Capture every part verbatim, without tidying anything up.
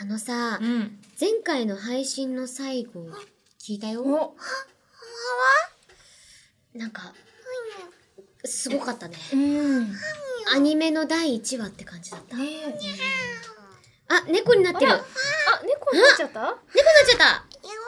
あのさ、 うん、 前回の配信の最後聞いたよ。 おなんかすごかったね。 うん。 アニメのだいいちわって感じだった。 ねあ、猫になってる。 あら、あ、猫になっちゃった？ 猫になっちゃった。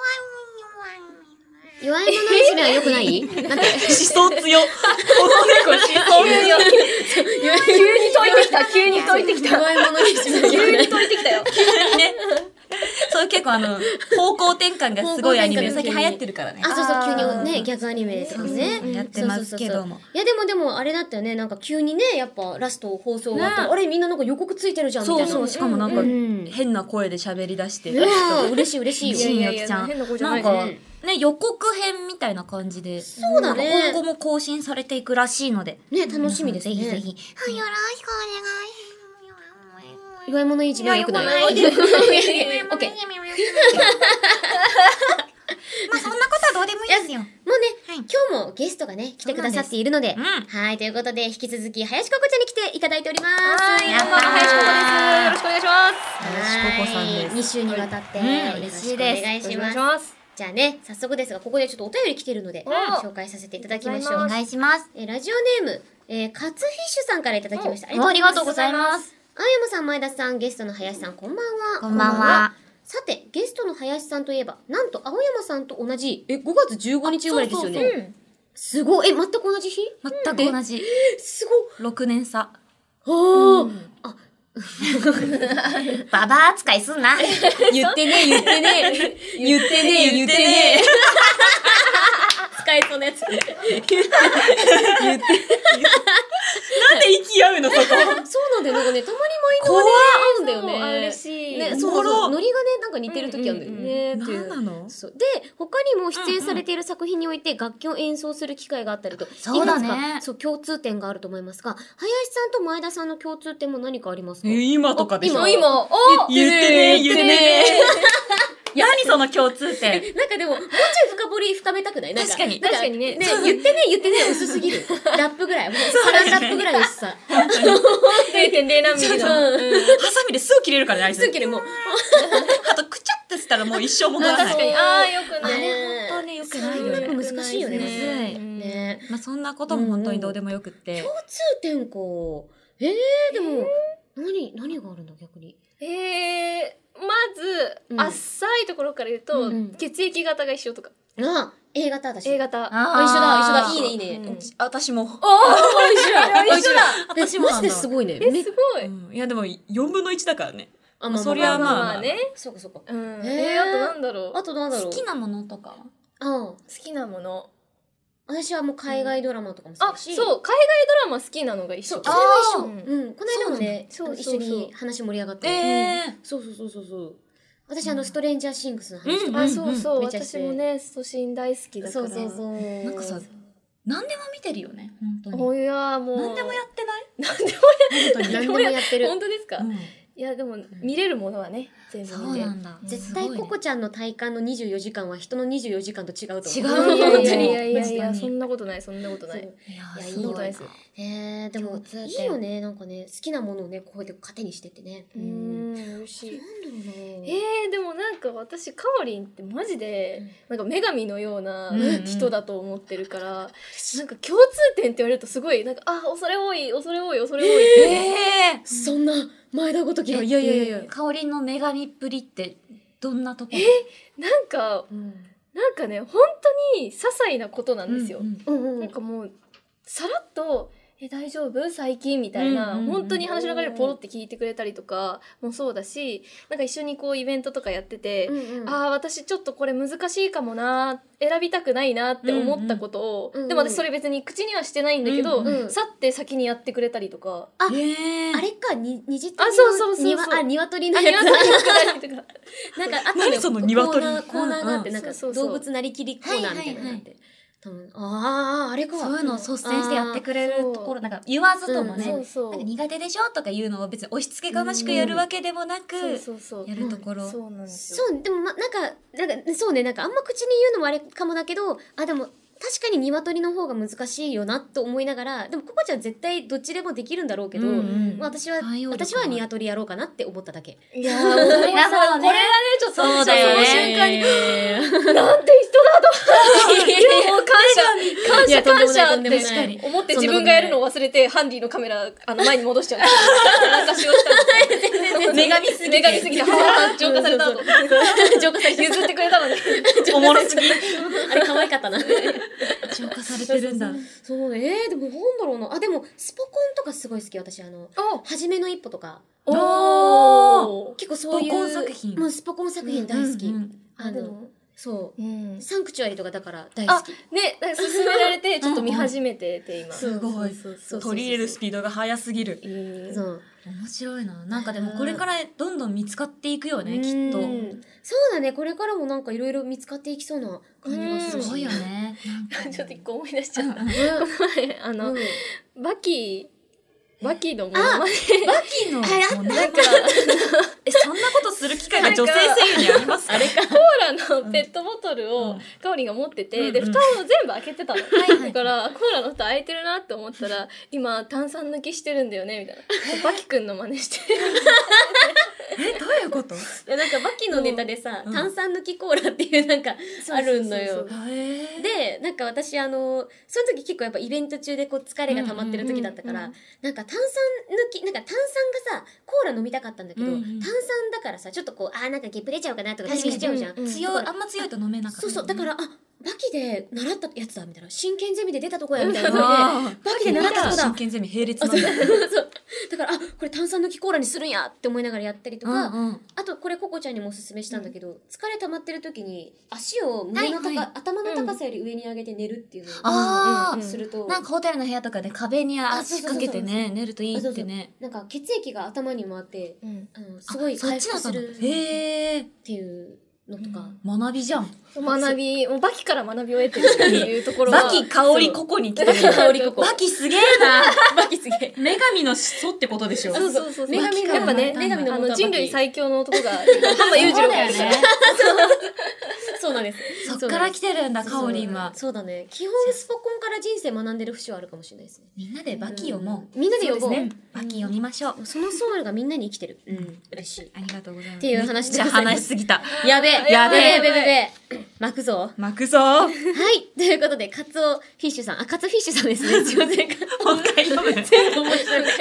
弱い者いじめは良くないなんて思想強。この猫思想強。 急に解いてきた、急に解いてきた。 弱い者いじめは良く急ないに解いてきたよ。 急にね。そう結構あの方向転換がすごいアニメ方向転換最近流行ってるからね。 あ、そうそう、 あー急にね、逆アニメとかね。 うんやってますけども。 いや、でもでも、あれだったよね、なんか急にね、やっぱラスト放送終わったら、あれみんななんか予告ついてるじゃん、みたいな。 そうそう、しかもなんかうん変な声で喋り出して。 うわー嬉しい嬉しいよ。 新いやいや薬ちゃん。 変な声じゃなないんかねね、予告編みたいな感じで。 そうだね今後も更新されていくらしいので。 ね、楽しみですね。 ぜひぜひ。 よろしくお願いし弱い者いじめは良くない。オッケー。 ます。まあそんなことはどうでもいいですよ。 もうね、今日もゲストがね、来てくださっているので、 うんはい、ということで、引き続き、林ココちゃんに来ていただいております。 はい、 やったーこんばんは、林ココです。よろしくお願いします。 林ココさんですに週にわたって、 うんよろ嬉ししくお願いですいします。 ます。 じゃあね、早速ですが、ここでちょっとお便り来てるので、 お紹介させていただきましょう。 お願お願いします。 えーラジオネーム、えー、カツフィッシュさんからいただきました。 ありがとうございます。 青山さん、前田さん、ゲストの林さん、こんばんは。 こんばんは。 さて、ゲストの林さんといえば、なんと青山さんと同じ、え、ごがつじゅうごにち生まれですよね。 そうそううん。 すごい。え、全く同じ日全く同じ。 すごい。 ろくねん差。 はあ、あ、 ババア扱いすんな。 言ってね、言ってね、言ってね、言ってね。使えそうなやつ。言って、言って。 なんで息合うのそこ。 そうなんだよ。なんかね、たまにマインドがね、合うんだよね。 あ、嬉しい。 ね、 おそうそうそう。 もろノリがね、なんか似てる時あるんだよね。っていうなんなの？ そう。で、他にも出演されている作品において楽器を演奏する機会があったりと、 そうだねいくつかそう、共通点があると思いますが、林さんと前田さんの共通点も何かありますか？ え今とかでしょ。 今今、お言ってね言ってね何その共通点。 なんかでも、もうちょい深掘り深めたくないなん確かになん確かにねね、言ってね、言ってね、薄すぎる。ラップぐらい。もうサランラップぐらいの薄さ。 れいてんれい何ミリの。 うん。 ハサミですぐ切れるからね、あいつ。 すぐにもう、 あと、くちゃってしたらもう一生戻らない。 確かに。ああ、よくない。 あれ本当に良くないよね。 難しいよね。 むずいね。 まあそんなことも本当にどうでもよくって。 共通点か。ええー、でも、何、何があるんだ、逆に。 えー、まず、 うん浅いところから言うと、 うん血液型が一緒とか。 あ、A 型私。 A 型。 あ、一緒だ、一緒だ。 あーいいね、いいね。 うん私も。 おー、一緒だ。一緒だ。 え、マジですごいね。 え、 めすごい。 うんいやでもよんぶのいちだからね。 あ、まあ、 そりゃまあ、 まあまあね。 そうか、そうか。 うん。 えーえー、あとなんだろう。 あとなんだろう。 好きなものとかはあ好きなもの。 私はもう海外ドラマとかも好あ、 きだし。 そう、海外ドラマ好きなのが一緒。 それは一緒。 うんうん。この間もね、 そうなんだ一緒に話盛り上がって。 えーそうそうそうそうそう。私、あの、ストレンジャーシングスの話とか。 あ、 うんそうそう。 めっちゃして私もね、ストシン大好きだから。 そうそうそう。 なんかさ、何でも見てるよね、本当に。 おや、もう。 何でもやってない何でも本当に。 何でもやってる。 本当ですか、 うんいや、でも、見れるものはね、全部そ見て。 うなんだ。 絶対ココちゃんの体感のにじゅうよじかんは人のにじゅうよじかんと違うと思う。 違いやいやいやいやいや、 本当にそんなことない、そんなことない。 そういやいやー、 いいよそんなことないですよ。 えー、でも共通点いいよね、なんかね、好きなものをね、こうやって糧にしてってね。 うーん、嬉しい。 なんだろうなえー、でもなんか私、かおりんってマジで、なんか女神のようなうんうん人だと思ってるから、なんか共通点って言われるとすごい、なんか、あ、恐れ多い、恐れ多い、恐れ多いって。 えそんな前田ごときが、 ーいやいやいやいや。 香りの女神っぷりってどんなところ？ なんか、 うんなんかね、本当に些細なことなんですよ。 うんうんうんうん。 なんかもう、さらっと、え、大丈夫最近みたいな、 うんうんうん本当に話の流れでポロって聞いてくれたりとかもそうだし、なんか一緒にこうイベントとかやってて、 うんうん、 ああ、私ちょっとこれ難しいかもな、選びたくないなって思ったことを、 うんうんでも私それ別に口にはしてないんだけど、 うんうん去って先にやってくれたりとか、 あ、 えーあれか、に、にじあそうそうそうそう庭、あ、鶏のあ、 やつ。 やったりとか。 なんか、あった何その鶏コーナー、コーナーがあって、 うんなんか、 そうそうそう動物なりきりコーナーみたいなのがあって。多分ああ、あれか。 そういうのを率先してやってくれるところ、なんか言わずともね、 そうそうなんか苦手でしょとか言うのを別に押し付けがましくやるわけでもなく、 そうそうそう。 やるところ。 そうなんですよ。 そう、でもま、なんか、なんか、そうね、なんかあんま口に言うのもあれかもだけど、あ、でも、 確かに鶏の方が難しいよなと思いながら、でもココちゃん絶対どっちでもできるんだろうけど、 うんうんまあ私は寛容度が私は鶏やろうかなって思っただけ。 いやー、もうこれはね、ちょっと、 そうだよねその瞬間に、 いやいやいやなんて人だと。いや、もう感謝、 いや感謝、感謝とんってでもないとんでもない思って自分がやるのを忘れて、ハンディのカメラ、あの、前に戻しちゃうんですよ。やらかしをしたんですよ。 女神すぎて女神すぎて、はぁ、浄化されたと。 浄化されて譲ってくれたのに。 おもろすぎ。 あれ可愛かったな。 浄化されてるんだ。 そうね、えー、でもなんだろうな。あ、でも、スポコンとかすごい好き、私。あの、初めの一歩とか。 おー結構そういう。 スポコン作品もうスポコン作品大好き。 うんうんうんあのでも、 そう。 うん。 サンクチュアリとかだから大好あき。、 ね、なんか勧められて、ちょっと見始めてて、今。 すごい。 そうそう取り入れるスピードが速すぎる。 うんそう。 面白いな。なんかでもこれからどんどん見つかっていくよね、きっと。 うんそうだね、これからもなんかいろいろ見つかっていきそうな感じがするし。 すごいよね。なんかちょっと一個思い出しちゃった。 うんうんこの前、あの、 うんバキ、バキのモノマネ。 バキの、 はいあもうなんか、え、そんなことする機会が女性声優にありますか？あれか。 コーラのペットボトルうをんカオリンが持ってて、 うんで、蓋を全部開けてたの。だから、コーラの蓋開いてるなって思ったら、今、炭酸抜きしてるんだよね、みたいな。バキくんの真似して。 え、どういうこと？ いやなんかバキのネタでさ、 うん炭酸抜きコーラっていうなんかあるのよ。 えーで、なんか私あの、その時結構やっぱイベント中でこう疲れが溜まってる時だったから、 うんうんうんなんか炭酸抜き、なんか炭酸がさ、コーラ飲みたかったんだけど、 うんうん炭酸だからさ、ちょっとこう、あーなんかゲップ出ちゃうかなとか気確かににしちゃうじゃん。 うんうん強い、あんま強いと飲めなかった。 そうそう、だから、あ、バキで習ったやつだみたいな。真剣ゼミで出たとこやみたいなあので、バキで習ったとこだ真。剣ゼミ並列あそうなんだ。 そうだから、あ、これ炭酸抜きコーラにするんやって思いながらやったりとか、 うんうんあとこれココちゃんにもおすすめしたんだけど、疲れ溜まってる時に足を胸の高、 はいはい頭の高さより上に上げて寝るっていうのを、 あーうんうんするとなんかホテルの部屋とかで壁に足かけてね、寝るといいあそうそうってね。 なんか血液が頭に回ってうんあのすごいそっ回ちだったの。 復するっへえ。 ていうのとか、 学びじゃん。 学び、もうバキから学びを得てるっていうところは。 バキ香りここに来てる。 香りここバキすげえな。 バキすげえ女神の始祖ってことでしょ。 そうそうそう。 女神のやっぱね、 女神の元はバキあの人類最強の男が、浜裕次郎がいるから。 そうなんですそっから来てるんだ、 そうカオリンは。 そうだね基本スポコンから人生学んでる節はあるかもしれないですねみんなでバキをもう。 みんなで呼ぼうそうですね。バキ読みましょう。 そのソウルがみんなに生きてるうん嬉しいありがとうございます。 っていう話でじゃあございます話しすぎた。 やべえやべえやべえやべえ巻くぞ巻くぞ。 はいということでカツオフィッシュさんあカツオフィッシュさんですねすいませんもう一回読む。 全部面白い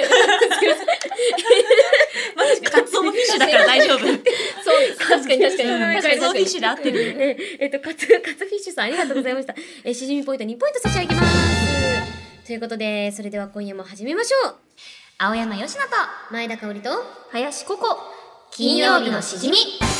マジか、カツオもフィッシュだから大丈夫。 そう、確かに確かに。確かに確かにカツオフィッ。シュで合ってる。 ええっとカツカツフィッシュさんありがとうございましたえしじみポイントにポイント差し上げますということでそれでは今夜も始めましょう青山よしのと、 前田香織と林ココ。 金曜日のしじみ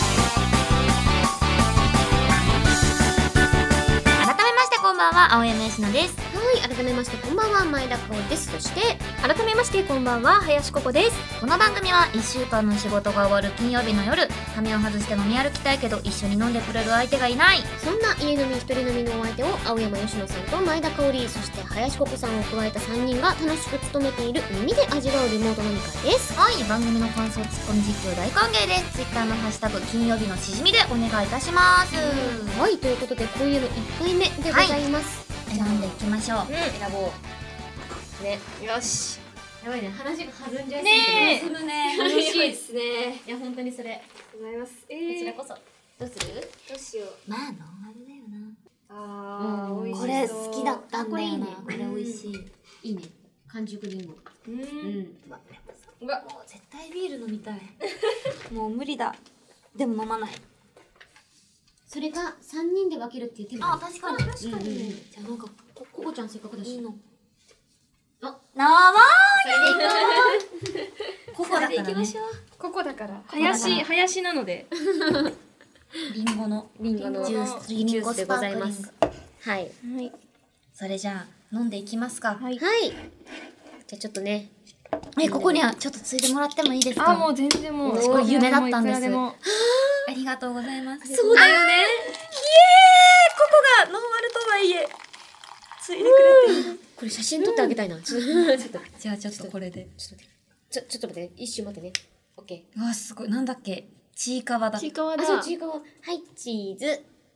改めましてこんばんは、青山よしのです。 はい改めましてこんばんは前田香織ですそして改めまして、こんばんは、林ココです。 この番組はいっしゅうかんの仕事が終わる金曜日の夜、羽目を外して飲み歩きたいけど一緒に飲んでくれる相手がいない。 そんな家飲み一人飲みのお相手を青山佳乃さんと前田香織そして林ココさんを加えたさんにんが楽しく務めている耳で味わうリモート飲み会ですはい、番組の感想、ツッコミ実況大歓迎です。ツイッターのハッシュタグ、金曜日のしじみでお願いいたします。 はいということで今夜のいっかいめでございます、 選んでいきましょう。 選ぼうねよし。 やばいね話が弾んじゃいすぎてね進むね。 楽しいですね。 いや本当にそれございます。えこちらこそどうするどうしよう。 まあ、ノーマルだよな。 あー、 うん美味しそう。 これ好きだったんだよな。 あこれいいねこれ美味しい。 いいね完熟リンゴう。 うんんうわ、 もう絶対ビール飲みたい。もう無理だ。でも飲まない。 それがさんにんで分けるっていう手もあ、確かに。確うんうんうんじゃあなんかこここちゃんせっかくだしの。 あ生ココだからね。 ここだから。林、林なので。 リンゴの。 リンゴのジュースジュースでございますはいはい。 それじゃあ、飲んでいきますか。 はい。 はいじゃあちょっとねえ、ここにはちょっとついでもらってもいいですか？ あ、もう全然もう。 すごい夢だったんですいくらでもありがとうございます。 そうだよねここがノーマルとはいえ、ついでくれて。 これ写真撮ってあげたいなちょっとちょっとじゃあちょっとこれで。 ちょっと待ってちょちょっと待って一瞬待ってねオッケうわ、すごい。なんだっけ。ちいかわだ。 ちいかわだ。 ーあそうちいかわはいチーズ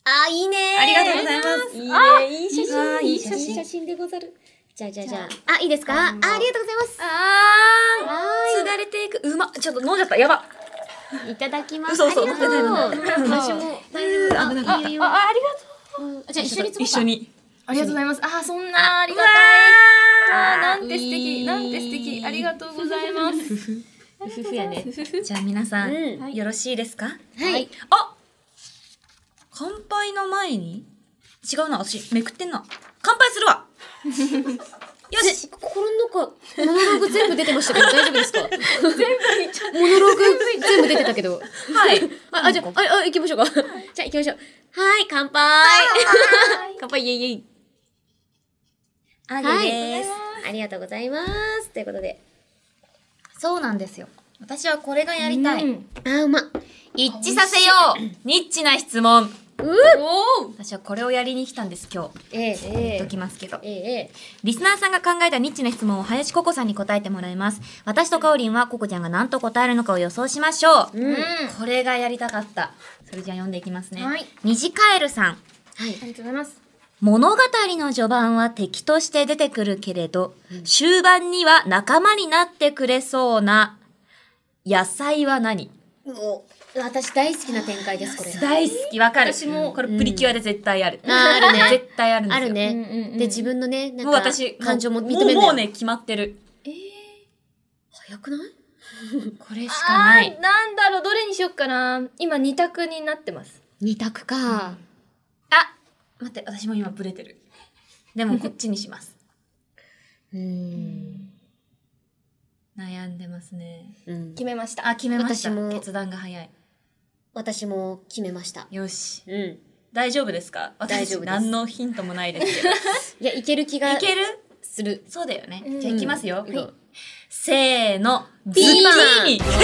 あー、いいねー。 ありがとうございます。 いいね、いい写あー真。 いい写真いい写真でござる。じゃあじゃあじゃあ。あ、いいですか？あ、ありがとうございます。 あはー、継がれていく。うま、ちょっと飲んじゃった。やば。 いただきます。 嘘嘘ありがとう。 飲んでない飲んでない私も。 大丈夫。 あ、 危なかった。 いいよいいよ。 あ、ありがとう。 うんじゃあ一緒に作ろうか。 一緒。に。 ありがとうございます。あ、そんな、ありがたい。あー、なんて素敵、なんて素敵。ありがとうございます。 ふふやね。 じゃあ皆さん、 うんよろしいですか？ はい。 あ、乾杯の前に違うな、私めくってんな。乾杯するわ。よし。 ぜ心の中、モノローグ全部出てましたけど大丈夫ですか？全部モノローグ全部出てたけど。 はい。 あ、あじゃあ、あ、あ、行きましょうか。じゃあ行きましょう。はい、乾杯。乾杯、イェイイェイ。 あはいげです。 ありがとうございます。ということで。 そうなんですよ。私はこれがやりたい。 うんあ、うま。 一致させよう。ニッチな質問。 うおー私はこれをやりに来たんです今日。 ええ、 言っえときますけど。 え、ええ。 リスナーさんが考えたニッチな質問を林ココさんに答えてもらいます。私とかおりんはココちゃんが何と答えるのかを予想しましょう。 うん。はい。 これがやりたかった。それじゃあ読んでいきますね。 はいにじカエルさん。 ありがとうございます。 物語の序盤は敵として出てくるけれど、終盤には仲間になってくれそうな野菜は何？ お、私大好きな展開です、これ。 大好き、わかる。 私もこれプリキュアで絶対ある。 あー、あるね。 絶対あるんですよ。 あるね。 うんうんうんで、自分のね、なんか、 もう私、 感情も認めもうるんだよ。 もうね、決まってる。 早くない？ これしかない。 あーなんだろう、どれにしよっかな。今二択になってます。 二択か。 あ、待って、私も今ブレてる。でもこっちにします。 うーん。 悩んでますね。 うん。 決めました。 あ、決めました。 私も決断が早い。 私も決めました。 よし。 うん。 大丈夫ですか？私大丈夫です何のヒントもないですけど。 いや、いける気がいける？ する。 そうだよね。 うんじゃあいきますよ。 いこうせーの。 ピーマンズッキーニ。え、待って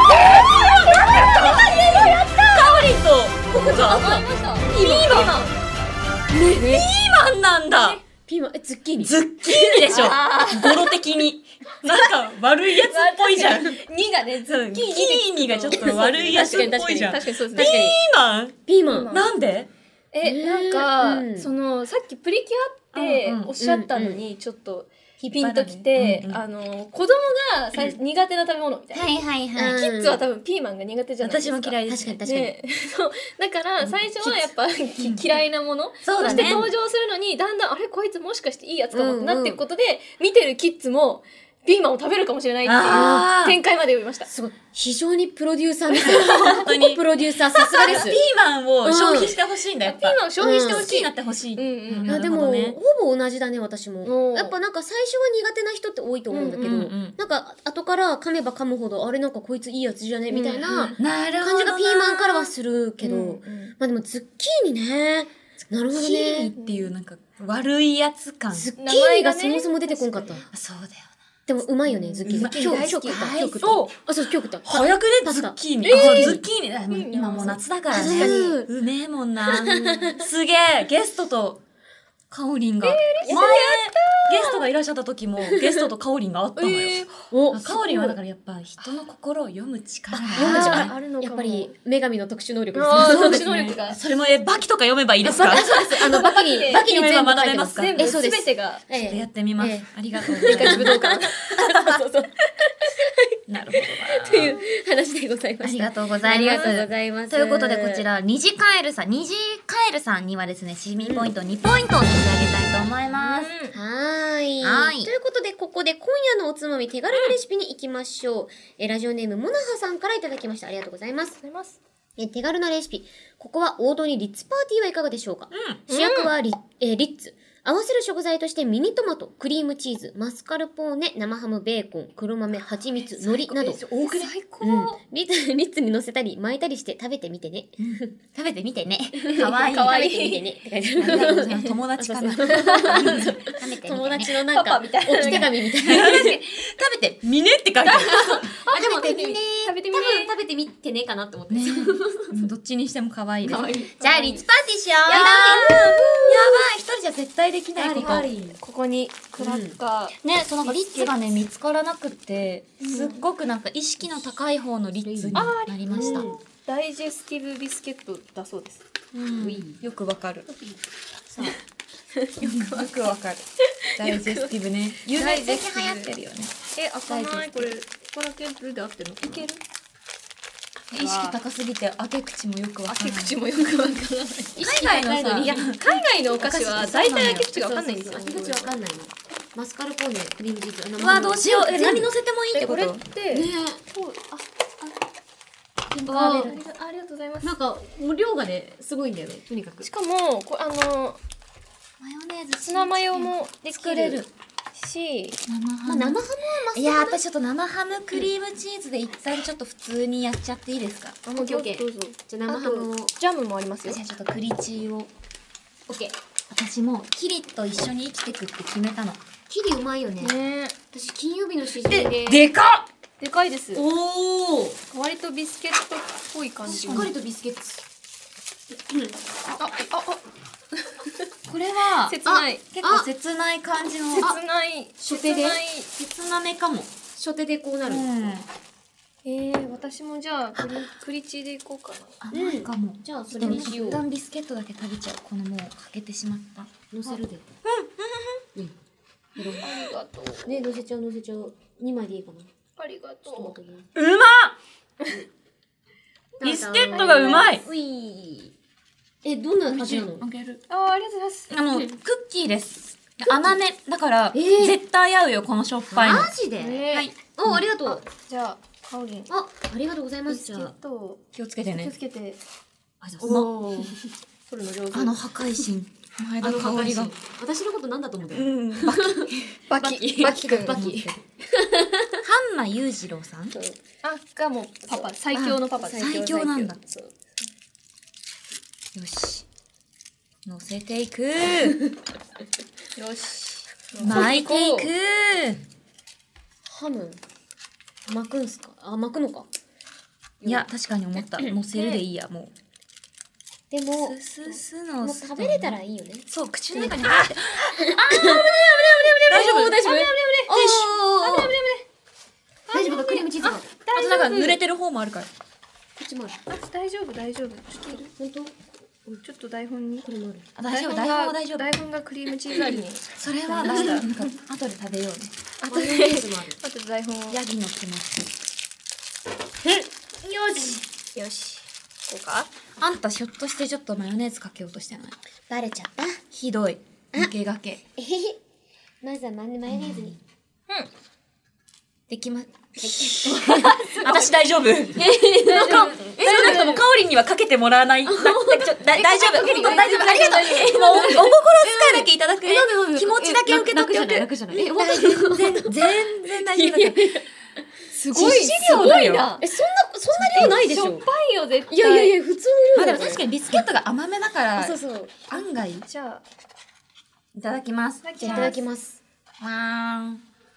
カオリンとココがわかりました。 ピーマンね、ピーマンなんだ。 ピーマン、え、ズッキーニ。 ズッキーニでしょ。語呂的に。なんか悪いやつっぽいじゃん。 にがね、ズッキーニでキーニがちょっと悪いやつっぽいじゃん。 確かにそうですピーね。 マンピーマン。 なんで？ え、なんか、 うんその、さっきプリキュアってうんうんおっしゃったのに、ちょっと、ピンときて、 うんうんあの、子供が最初苦手な食べ物みたいな。 いはいはいキッズは多分ピーマンが苦手じゃないですか。 私も嫌いです。 確かに確かに。 ね、そうだから最初はやっぱき嫌いなものそうだねとして登場するのにだんだんあれこいつもしかしていいやつかもってなっていくことで、見てるキッズもピーマンを食べるかもしれないってあーいう展開まで読みました。 すごい。非常にプロデューサーですよ。 本当にプロデューサー、さすがです。 ピーマンを消費してほしいんだよ。やっぱピーマンを消費してほしい。 好きになってほしい。 うんうんあでも、 ね、 ほぼ同じだね、私おも。 ーやっぱなんか最初は苦手な人って多いと思うんだけど、 うんうんうんなんか後から噛めば噛むほど、あれなんかこいついいやつじゃねみたいななるほど感じがピーマンからはするけど、 うんうんまあでもズッキーニね。なるほどキーニね。 っていうなんか悪いやつ感。 ズッキーニがそもそも出てこんかった。 そうだよでもうまいよね、ズッキーニ。 うまい今日、 大好き今日食った。今日食った。 そうあ、そう、今日食った。 な。早くね、 パスタズッキーニ。 えーあ、ズッキーニだ。もううん今もう夏だから確ね。 かにうめえもんな。すげえ、ゲストと、カオリンが。前、ゲストがいらっしゃった時も、ゲストとカオリンがあったのよ。 えーお、 カオリンはだからやっぱ人の心を読む力が読むある力あるのかもやっぱり、女神の特殊能力ですあーね。 特殊能力がそれもえ、バキとか読めばいいですか？ あそうです。あの、バキに、バキに全部書いてますから。 全部え、そうです。 全てがえちょっとやえってみます。 ええありがとうございます。 武道館。そうそうそう。 なるほどな。 という話でございました。 ありがとうございます。 ありがとうございます。 ということで、こちら、にじカエルさん、にじカエルさんにはですね、シミポイントにポイントを差し上げたいと思います。 はーい。 はーいということで、ここで今夜のおつまみ手軽なレシピに行きましょう。え、ラジオネーム、モナハさんからいただきました。ありがとうございます。 ございます。 え、手軽なレシピ。ここは王道にリッツパーティーはいかがでしょうか、 うん。 主役はリ,、えーリッツ。合わせる食材としてミニトマト、クリームチーズ、マスカルポーネ、生ハム、ベーコン、黒豆、蜂蜜、海苔など。 多く最高。 うん、リッツ、リッツに乗せたり巻いたりして食べてみてね。 食べてみてね。かわいい。 かわいい食べてみてね。って書いてあるありがとうございます友達かな。 そう食べてみてね。 友達のなんか、 パパみたいな置き手紙みたいな。 食べてみねって書いてある。 あ、でも食べてみね。 食べてみね多分食べてみてねかなって思って。 ね、どっちにしても可愛いです。 可愛いじゃあ、リッツパーティーしよう。 やだやばい、一人じゃ絶対できないこと。 ここにクラッカー。 ね、そうなんかリッツがね、見つからなくって、すっごくなんか意識の高い方のリッツになりました。 うんダイジェスティブビスケットだそうです。 うんよくわかる。さあよくわかる。ダイジェスティブね。有名的に流行ってるよね。 え、開かないこれ。ここだけルで合ってるの？いける？ 意識高すぎて開け口もよくわからない。 開け口もよくわからない。 海外のさ、 いや、海外のお菓子は大体開け口がわかんないんですよ。 開け口わかんないの。マスカルポーネ、クリームチーズ。 うわどうしよう。え何乗せてもいいってえ、 こと？ これって、 ねこう、あ、 え。 ああありがありがとうございます。 なんか、もう量がね、すごいんだよね、とにかく。 しかも、こあの、 マヨネーズツナマヨもでき作れるし、 生まあ、 ハム。 生ハムはマスいや私ちょっと生ハムクリームチーズで一旦ちょっと普通にやっちゃっていいですか？ オッケーオッケーどうぞ。 じゃあ生ハムを。 ジャムもありますよじゃ。あちょっとクリチーを。 オッケー。 私もキリと一緒に生きてくって決めたの。 キリうまいよね。 ね私、金曜日のしじみで。 でかっ。 でかいです。 おお。 割とビスケットっぽい感じ。 しっかりとビスケット。 あ、あ、あ、 これは切ない。 結構切ない感じの。 切ない。 初手で切ない切なめかも。 初手でこうなる。 うん。 えー、私もじゃあクリクリチーでいこうかな。 甘いかも。 じゃあ、それにしよう一。旦ビスケットだけ食べちゃう。このもうかけてしまった。 乗せるで。うん。うん。 ありがとう。 ね、乗せちゃう乗せちゃう。にまいでいいかな。 ありがちょっとと待ってね。 うまっ。ビスケットがうまい。 うい。え、どんな味なの？ あげる。 う。あー、ありがとうございます。 あのクッキーです。甘めだから、 えー絶対合うよこのしょっぱいの。 マジで？ ねはい。 お、ありがとう。 じゃあ、かおりん。 あ、ありがとうございます。 ビスケッじゃあ。 トを気をつけてね気をつ。けてあじゃあそのおー。 取るの上手。 あの破壊神前あの田香織が。 私のことなんだと思ってる。 うん。 バキバキくん。 バキ。 ハンマ裕次郎さん。 そうあ、がもうパパ、最強のパパです。 最強なんだそうよし。乗せていく。 よし。 巻いていく。 ハム巻くんすか？あ、巻くのか。 いや確かに思った。乗せるでいいやもでも、 う。すすすの。 もう食べれたらいいよね。 そう口の中に入って。大丈夫大丈夫。 ティッシュ。 おー。大丈夫か？クリームチーズが。こあとなんか濡れてる方もあるから。 っちもある。 あ、大丈夫、大丈夫。知ってる本当？ ちょっと台本に。 これもある。 あ大丈夫台本は大丈夫。 台本がクリームチーズ味に。 それは大丈夫。なんか後で食べようね。 あとマヨネーズもある。 あと台本を。 ヤギの気持ち。 よし。よし。こうか。 あんたひょっとしてちょっとマヨネーズかけようとしてない？ バレちゃった。 ひどい。抜けがけ。 えへへ。まずはマヨネーズに。 できま、私大丈夫。え、なんか、え、少なくともかおりんにはかけてもらわない。なちょだ大丈夫。大丈夫。ありがとう。もうお、お心遣いだけいただくね。気持ちだけ受け取っておく。 楽じゃない。え、本全然、全然大丈夫だから。 すごいすごいな。 え、そんな、そんな量ないでしょ。 しょっぱいよ、絶対。 いやいやいや、普通の量だよ。 まあでも確かにビスケットが甘めだから、 そうそう。 案外。 じゃあ、 いただきます。 じゃあいただきます。 わーん。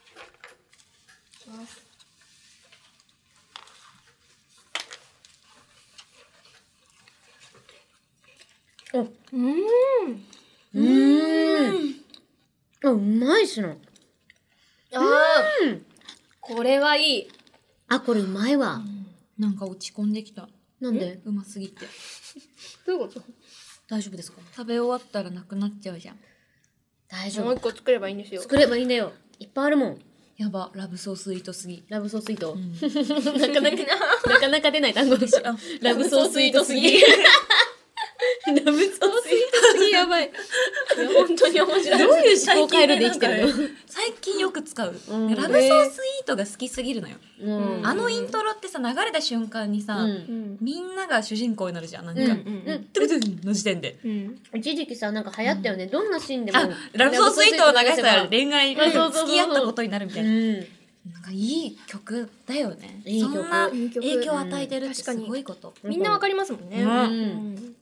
うーん。 うーん。あ、うまいしな。 あー、これはいい。 あ、これうまいわ。 なんか落ち込んできた。 なんで？ うますぎて。 どういうこと？ 大丈夫ですか？ 食べ終わったらなくなっちゃうじゃん。 大丈夫。 もう一個作ればいいんですよ。 作ればいいんだよ。いっぱいあるもん。 やば、ラブソースイートすぎ。 ラブソースイート。 うんなかなか、なかなか出ない単語でしょ。ラブソースイートすぎ。ラブソースイートすぎやばい。 本当に面白い。 どういう思考回路で生きてるの？ 最近よく使う。 うんラブソースイートが好きすぎるのよ。 うんあのイントロってさ、流れた瞬間にさ、 うんうん。 みんなが主人公になるじゃん。なんか、 うんトうんゥルトゥンの時点で。 うん。 一時期さ、なんか流行ったよね。どんなシーンでも。 あ、ラブソースイートを流したらラブ恋愛、 そうそうそうそう付き合ったことになるみたいな。 うん。 なんかいい曲だよね。 いい曲そんないい曲影響を与えてるってすうん確かにごいこと。 みんなわかりますもんね。 うんうん。 うん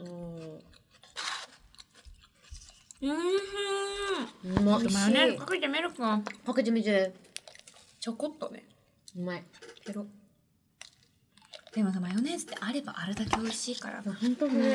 うん。 うまい。 マヨネーズかけてみるか。 かけてみて。 ちょこっとね。 うまい。 ペロ。でもさ、マヨネーズってあればあるだけ美味しいから。 本当ね。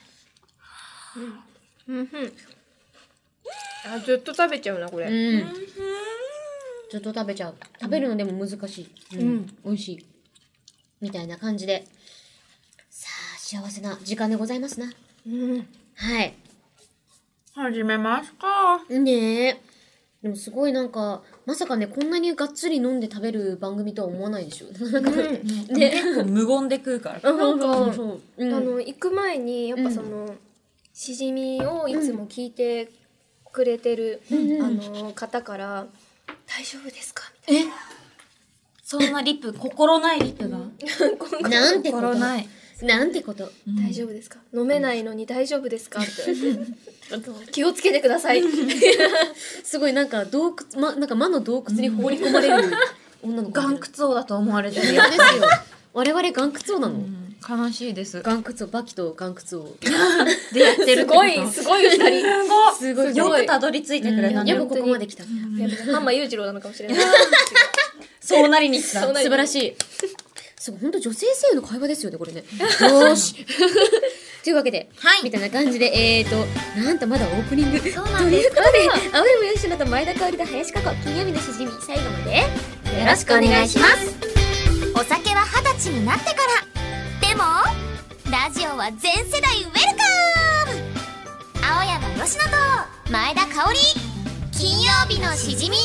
うんうん。あ、ずっと食べちゃうな、これ。 うん。ずっと食べちゃう。食べるのでも難しい。うん。美味しい。みたいな感じで。さあ、幸せな時間でございますな。 うん。 はい始めますか。 ねえでもすごいなんかまさかねこんなにがっつり飲んで食べる番組とは思わないでしょなんかね、結構無言で食うから。 なんかあの行く前にやっぱその、しじみをいつも聞いてくれてる、 うんあの方から「大丈夫ですか?」みたいえそんなリップ、心ないリップが。 なんてこと心ない。 なんてことな「大丈夫ですか飲めないのに大丈夫ですか?」って言われて気をつけてくださいすごいなんか洞窟、ま、なんか魔の洞窟に放り込まれる女の子岩窟王だと思われてる嫌ですよ我々岩窟王なの、 悲しいです。 岩窟王バキと岩窟王でやってるすごいすごい二人すごいよくたどり着いてくれたね。 よくここまで来たいやハンマー裕次郎なのかもしれないそうなりに来た。 そうなり素晴らしいすごい本当女性声優の会話ですよねこれねよーしというわけで、 はいみたいな感じでえーとなんとまだオープニングそうとなんですいうことで青山佳乃と前田香織と林加子金曜日のしじみ最後までよろしくお願いしますお酒は二十歳になってからでもラジオは全世代ウェルカム青山佳乃と前田香織金曜日のしじみ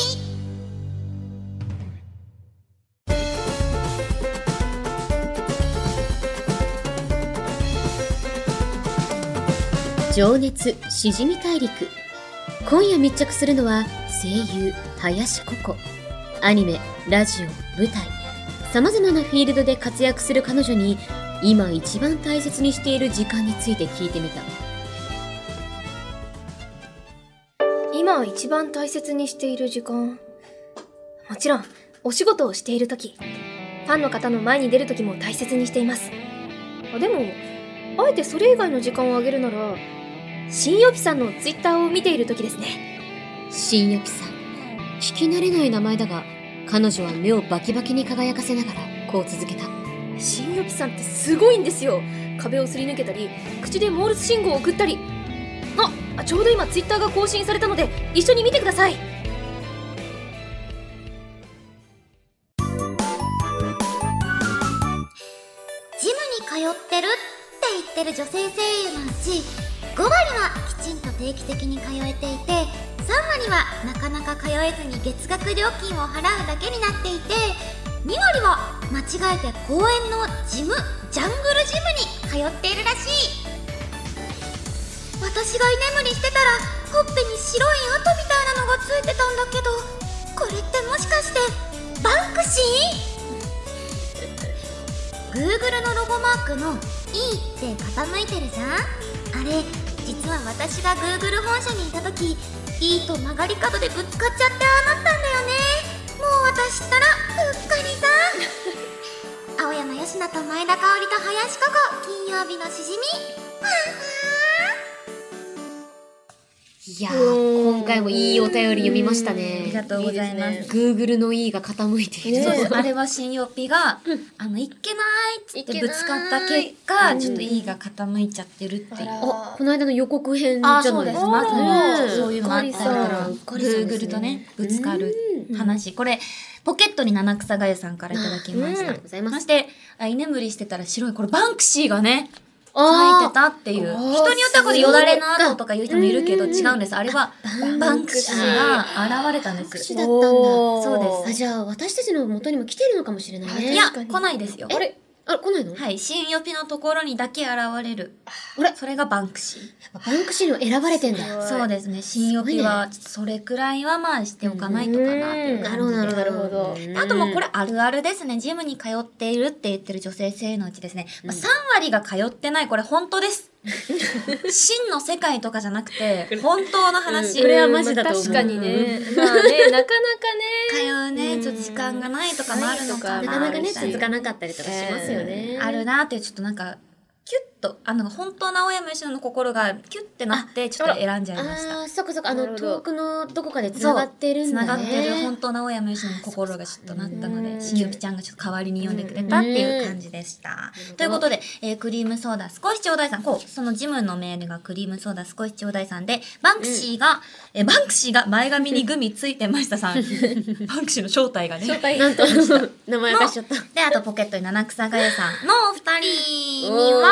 情熱しじみ大陸今夜密着するのは声優林ココアニメラジオ舞台さまざまなフィールドで活躍する彼女に今一番大切にしている時間について聞いてみた。 今一番大切にしている時間、もちろんお仕事をしている時、ファンの方の前に出る時も大切にしています。あでもあえてそれ以外の時間をあげるなら新予備さんのツイッターを見ている時ですね。 新予備さん聞き慣れない名前だが彼女は目をバキバキに輝かせながらこう続けた。 新予備さんってすごいんですよ。壁をすり抜けたり口でモールス信号を送ったり、あちょうど今ツイッターが更新されたので一緒に見てください。 ジムに通ってるって言ってる女性声優のうちごわりはきちんと定期的に通えていてさんわりはなかなか通えずに月額料金を払うだけになっていてにわりは間違えて公園のジムジャングルジムに通っているらしい。私が居眠りしてたらほっぺに白い跡みたいなのがついてたんだけどこれってもしかしてバンクシー？Google のロゴマークの E って傾いてるじゃん。あれ実は私が Google 本社にいた時 E と曲がり角でぶつかっちゃってああなったんだよね。もう私ったらうっかりさ青山佳乃と前田香織と林ココ金曜日のしじみはいやー今回もいいお便り読みましたね。 ありがとうございます。 いいですね Google の E が傾いている、 ねそうあれは新予備が、あの、いっけないっつってぶつかった結果、ちょっと E が傾いちゃってるっていう。 あこの間の予告編じゃないあ、そうです。 か。 まさねに、そういうのもあったから、 うっかりさん Google とね、ぶつかる話。これ、ポケットに七草がゆさんからいただきました。 ありがとうございますそして、あ居眠りしてたら白い、これバンクシーがね、書あいてたっていう。 あー人によってはこれよだれの跡とか言う人もいるけど、違うんです。あれは、バンクシーが現れたんです。 口だったんだ。 おーそうですあじゃあ私たちの元にも来てるのかもしれないね。 いや、 確かに来ないですよ。 あれあ来ないの？ はい、新予備のところにだけ現れる。 あれそれがバンクシー。 バンクシーに選ばれてんだ。 そうですね。新予備は、ちょっとそれくらいはまあしておかないとかなっていうなるほ感じで。 どなるほど。 なるほどうんあともうこれあるあるですね。ジムに通っているって言ってる女性性のうちですね。まあ、さんわりが通ってない。これ本当です。真の世界とかじゃなくて、本当の話。 これはマジだと思う確かにね。まあね、なかなかね。 通うね、ちょっと時間がないとかもあるのかな。 なかなかねみたい続かなかったりとかしますよね。 あるなって、ちょっとなんか、キュッと、あの、本当の青山佳乃の心がキュッてなって、ちょっと選んじゃいました。 ああそっかそっかあのなるほど遠くのどこかで繋がってるんだね。 繋がってる本当の青山佳乃の心がちょっとなったので、しゆぴちゃんがちょっと代わりに読んでくれたっていう感じでした。ということで、えークリームソーダ少しちょうだいさん、こう、そのジムのメールがクリームソーダ少しちょうだいさんで、バンクシーが、えーバンクシーが前髪にグミついてましたさん。バンクシーの正体がね。 正体なんと名前明かしちゃった。 で、あとポケットに七草がゆさんのお二人には、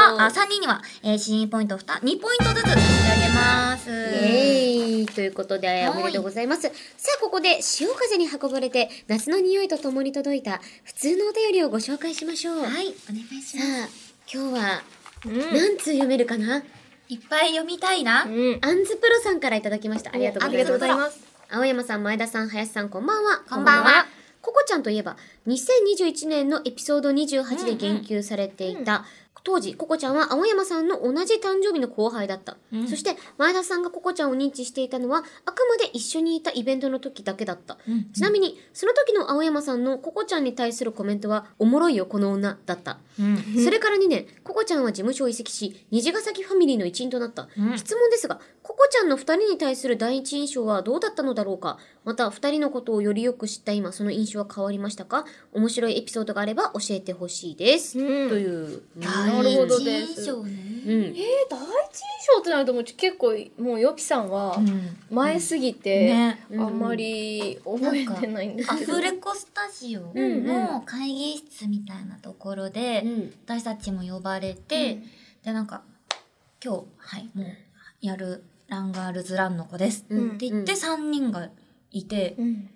は、あ、さんにんには、えー、新ポイントにポイントずつ差し上げます。 イエーイということで、おめでとうございます。さあ、ここで潮風に運ばれて、夏の匂いとともに届いた普通のお便りをご紹介しましょう。 はい、お願いしさます。 あ、今日は、 うん何通読めるかな、 いっぱい読みたいな。 うんアンズプロさんからいただきました。ありがとうございます。 ありがとうございます。 青山さん、前田さん、林さん、こんばんは。 こんばんは。 ココちゃんといえば、にせんにじゅういちねんのエピソードにじゅうはちで言及されていた、当時、ココちゃんは青山さんの同じ誕生日の後輩だった。 うんそして、前田さんがココちゃんを認知していたのは、あくまで一緒にいたイベントの時だけだった。 うんちなみに、その時の青山さんのココちゃんに対するコメントは、おもろいよ、この女、だった。 うん。 それからにねん、ココちゃんは事務所を移籍し、虹ヶ崎ファミリーの一員となった。 うん質問ですが、ココちゃんの二人に対する第一印象はどうだったのだろうか。また、二人のことをよりよく知った今、その印象は変わりましたか？面白いエピソードがあれば教えてほしいです。 うんという。 なるほどです第一印象ね。 うん。 えー、第一印象ってなるともう結構もうヨピさんはうん前すぎて、 ね。 うんあんまり覚えてないんですアけど、 フレコスタジオの会議室みたいなところで、 うん私たちも呼ばれて、で、なんか、今日、はい、もう、やるランガールズランの子です。 うんって言ってさんにんがいて、 うん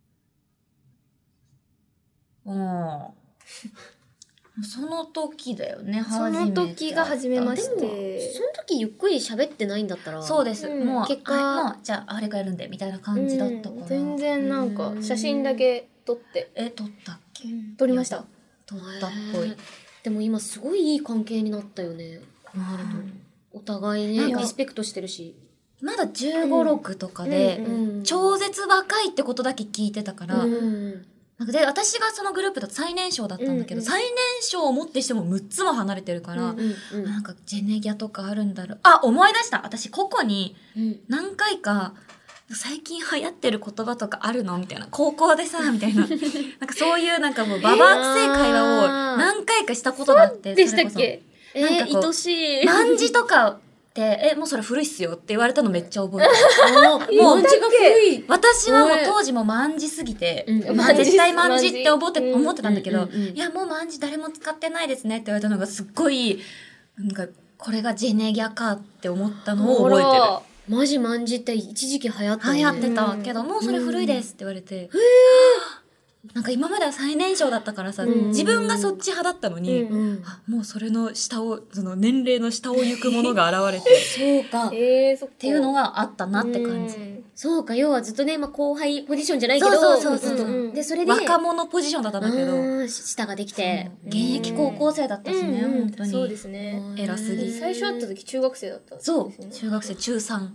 もう、その時だよね、 その初めて時が初めましでも、 てその時ゆっくり喋ってないんだったら。 そうです。 うんもう、 結果はいもう、じゃあ、あれがやるんで、みたいな感じだったから。 うん全然なんか写真だけ撮ってえ、撮ったっけ撮りました。 撮ったっぽい。 でも今すごいいい関係になったよね。こうなると。お互いね、 なんかリスペクトしてるし。 まだじゅうご、ろくとかで、 うんうん超絶若いってことだけ聞いてたから、 うん。 なんかで、私がそのグループだと最年少だったんだけど、 うんうん最年少をもってしてもむっつも離れてるから、 うんうんうんなんかジェネギャとかあるんだろう。あ、思い出した私、ココにうん何回か、最近流行ってる言葉とかあるのみたいな。高校でさ、みたいな。なんかそういうなんかもうババアくせえ会話を何回かしたことがあって。 でしたっけ？ えなんかこうー、愛しい。 万字とかって、え、もうそれ古いっすよって言われたのめっちゃ覚えてもう、文字が古い。 私はもう当時も万字すぎて、 うんまあ絶対万字って思って、 うん思ってたんだけど、 うんうんうんいやもう万字誰も使ってないですねって言われたのがすっごい、なんか、これがジェネギャかって思ったのを覚えてる。 マジマンジって一時期流行ったよね。 流行ってたけど、もうそれ古いですって言われて、なんか今までは最年少だったからさ、 うん自分がそっち派だったのに、 うんうん。 あもうそれの下を、その年齢の下を行くものが現れて、 そうか。 えー、そっか。 っていうのがあったなって感じ。 うんそうか、要はずっとね、まあ、後輩ポジションじゃないけど。 そうそうそうそううんうんで、それで、 若者ポジションだったんだけど、 うん下ができて。 現役高校生だったしね、 うんうん本当に。 そうですね。 偉すぎ最初会った時中学生だったんですそね。 う、中学生中さん。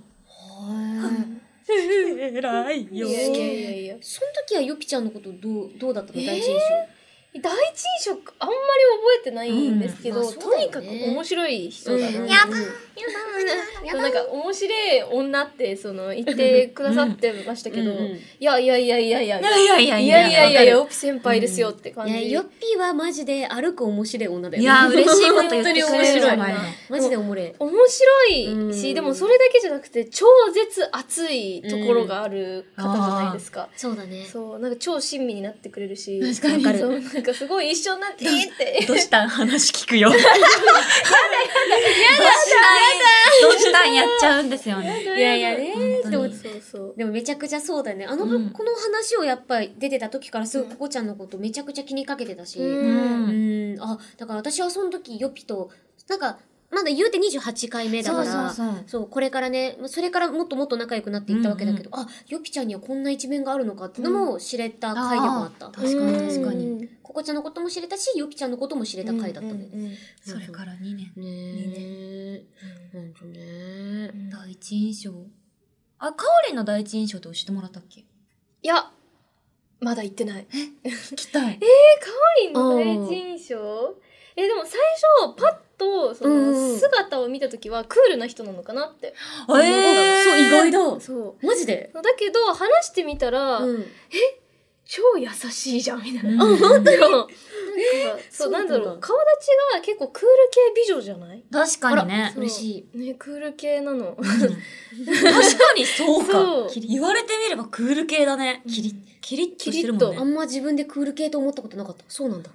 はい偉いよいやいやいやいや。 その時はヨピちゃんのことどう、どうだったの、第一印象。 第一印象あんまり覚えてないんですけど、 うんまあそうだよねとにかく面白い人だな。 うんそうやだなんか面白い女ってその言ってくださってましたけど、 うんうんいやいやいやいやいやいやいやいやいやいやいやいやわオピ先輩ですよって感じ。 いや、ヨッピーはマジで歩く面白い女だよね。 いや、嬉しいこと言ってくれる本当に面白い前のマジでおもれ。 面白いし、 うんでもそれだけじゃなくて超絶熱いところがある方じゃないですか。 そうだね。 そう、なんか超親身になってくれるし。 確かにわる。そう、なんかすごい一緒になっていいって。 どうしたん話聞くよ。やだやだやだどうしたんやっちゃうんですよね。 いやいやね。でも本当に、 そうそう。 でもめちゃくちゃそうだよね。あの、 うんこの話をやっぱり出てた時からすぐココちゃんのことめちゃくちゃ気にかけてたし。 ううんん。あ、だから私はその時ヨピと、なんか、まだ言うてにじゅうはちかいめだから、 そうそうそうそうこれからね、それからもっともっと仲良くなっていったわけだけど、あ、ヨピちゃんにはこんな一面があるのかっていうのも知れた回でもあった。 あー確かに確かに。 うんココちゃんのことも知れたし、ヨピちゃんのことも知れた回だったね。 うんうんうんそれからにねん。 ねえ。ほんとね。 第一印象。あ、かおりんの第一印象って教えてもらったっけ？ いや、まだ言ってない。 聞きたい。 かおりんの第一印象え、でも最初、パッと、そうんの、姿を見たときは、クールな人なのかなって。 えそう、意外だ。 そう。 マジでだけど、話してみたら、 うん。 超優しいじゃん、みたいな。 うんあ、本当になんか、そ、 そううなだなんんだろう、顔立ちが結構クール系美女じゃない確かにね。 そう嬉しい。 ね、クール系なの。 確かにそうかそう。 キリ言われてみればクール系だね。キリッ、キリッとしてるもんね。 あんま自分でクール系と思ったことなかった。そうなんだ。 なんか、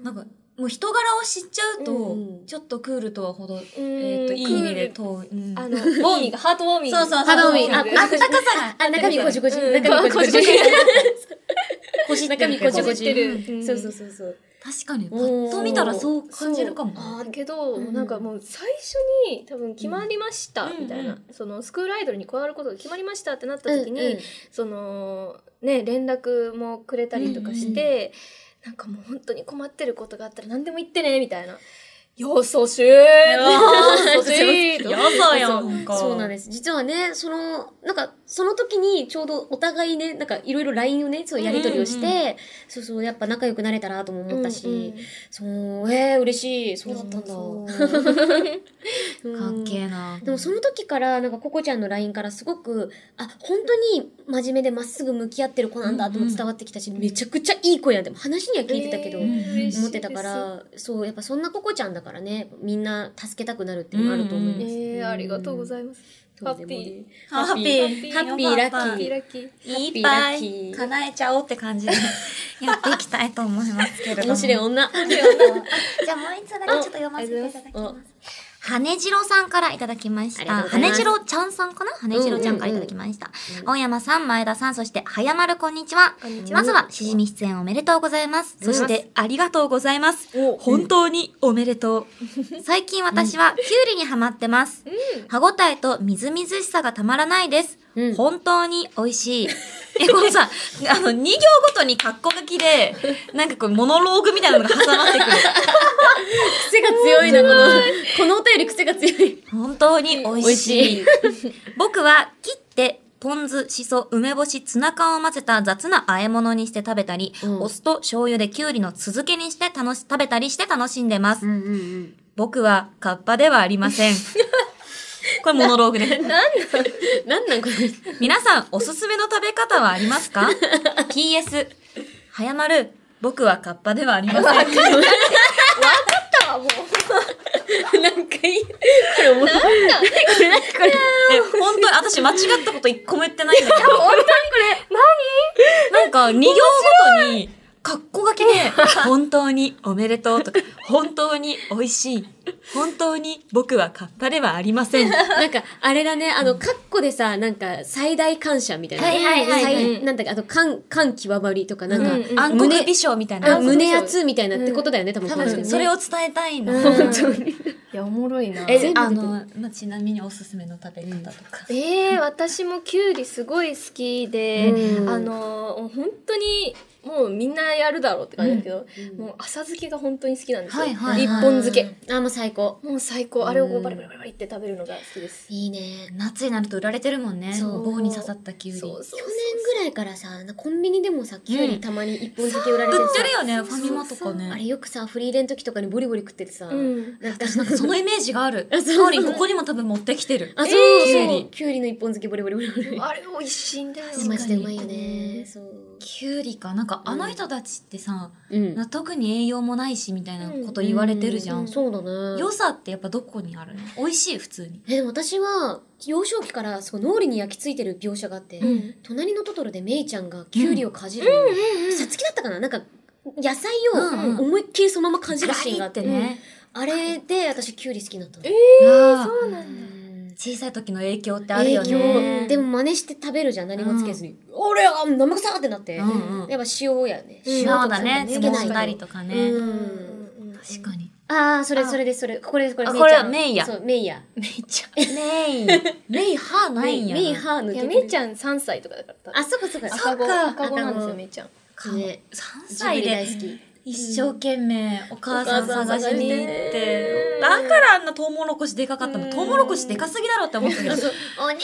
もう人柄を知っちゃうと、 うんうんちょっとクールとはほど、 うえっ、と、いい意味で遠い。うんあの、ウォーミング、ハートウォーミング。 そうそうそう。 ハートウォーミングあ、あったかさが。 あ、中身こじこじ。 うん中身こじこじ。 こじってる中身こじここじじ。 ってるうんそうそうそうそう。 確かに、パッと見たらそう感じるかも。 あーけど、 うんなんかもう最初に多分決まりましたうんみたいな、 うんそのスクールアイドルに加わることが決まりましたってなった時に、 うんうんそのね連絡もくれたりとかして、なんかもう本当に困ってることがあったら何でも言ってねみたいな。優しい優しいやだよ、 そうなんか。 そうなんです。実はね、その、なんか、その時にちょうどお互いね、なんかいろいろ ライン をね、そうやり取りをして、 うんうんそうそう、やっぱ仲良くなれたらとも思ったし、 うんうんそう、えー、嬉しい。そうだったんだ。 そううんかっけえな。 でもその時から、なんかココちゃんの ライン からすごく、あ、本当に真面目でまっすぐ向き合ってる子なんだとも伝わってきたし、めちゃくちゃいい子やん。でも話には聞いてたけど、 えー嬉しい思ってたから、そう、やっぱそんなココちゃんだからね、みんな助けたくなるっていうのがあると思います。 えー、ありがとうございいます。 まハッピー。 ハッピー。 ハッピー、ラッキハッピーー。 ラッキー。 いっぱハッピーラッキーい叶えちゃおうって感じでやっていきたいと思いますけれども。 面白い女。 じゃあもう一つだけちょっと読ませていただきおます。羽根次さんからいただきましありがとた。 うございます羽根次ちゃんさんかな羽根次ちゃんからいただきました。 うん青山さん、前田さん、そして、早丸こんにちは。 こんにちはまずは、しじみ出演おめでとうございます。 そして、ありがとうございます。 お本当におめでとう。 最近私は、キュウリにハマってます。歯ごたえとみずみずしさがたまらないです。 うん本当に美味しい。 え、このさ、あの、に行ごとにカッコ書きで、なんかこう、モノローグみたいなのが挟まってくる。 癖が強いな、この、このお便り癖が強い。 本当に美味しい。 僕は切ってポン酢、しそ、梅干し、ツナ缶を混ぜた雑な和え物にして食べたり、 うんお酢と醤油できゅうりの酢漬けにして楽し食べたりして楽しんでます。 うんうんうん。 僕はカッパではありません。これモノローグで。 なんなんこれ。 皆さんおすすめの食べ方はありますか ?ピーエス、早丸、僕はカッパではありません。 わかったわ、もう。 なんかいい。これ思う。これ何これ。 え、本当に私間違ったこと一個も言ってないんだけど。 本当にこれ、 なんか二行ごとに、カッコ書きで、本当におめでとうとか、本当に美味しい。本当に僕はカッパではありません。 なんか、あれだね、あの、カッコでさ、なんか、最大感謝みたいな。 はいはいはい最うんなんだっけ、あと、感、感極まりとか、なんか、 うんうん暗黒美少みたいあな。 胸熱みたいなってことだよね、多分。 多確かにね分それを伝えたいの。 本当に。 いや、おもろいな。 え、 全部あの、まあ、ちなみにおすすめの食べ方とか。 えー、私もキュウリすごい好きで、 うんあのー、本当にもうみんなやるだろうって感じだけど、 うんもう浅漬けが本当に好きなんですよ。 はいはいはい一本漬け。 あ、もう最高。 もう最高。あれをこうバリバリバリバリって食べるのが好きです。 いいね。 夏になると売られてるもんね。 そう棒に刺さったきゅうり。 そうそう去年ぐらいからさ、コンビニでもさ、キュウリたまに一本漬け売られてる売ってさるよね、 そうファミマとかあれね。 よくさ、フリーレンの時とかにボリボリ食っててさ、 うん。 なんか、 私なんかそのイメージがある。 あそうかおりんここにも多分持ってきてる。 あ、そう、 キュウリそう、キュウリの一本漬けボリボリボリボリ。 あれ美味しいんだよ。 マジでうまいよね。そう。 きゅうりか。なんかあの人たちってさ、 うん。 な特に栄養もないしみたいなこと言われてるじゃん。 そうだね。 良さってやっぱどこにあるの？美味しい普通に。 え、でも私は、幼少期からすごい脳裏に焼き付いてる描写があって、 うん隣のトトロでメイちゃんがキュウリをかじる。さつきだったかななんか、野菜うんを思いっきりそのままかじるシーンがあって、 ガリってね。 あれで私キュウリ好きになったの。 えあーそうなんだ。 小さい時の影響ってあるよ影ね響。でも真似して食べるじゃん、何もつけずに。俺は生臭ってなって。 うんうんやっぱ塩やね。 うん塩そうだね。 つけないとつけないとかね。 うん。 確かに。 ああ、それそれです、それ。これです、これ。 あこれはメメイやそう、メイヤ。 メイちゃん。メイ。メイ歯ないんやな。 メイ歯抜いや、 けてる。 めいちゃんさんさいとかだから。 あ、そっかそっか。 赤子、 そっか赤子なんですよ、 赤子めいちゃん。 顔ねさんジさいでブリ大好き。 一生懸命お母さんお母さん探しに行っ探てしてだからあんなトウモロコシでかかったの。 うんトウモロコシでかすぎだろって思ったけど。 そうお姉ち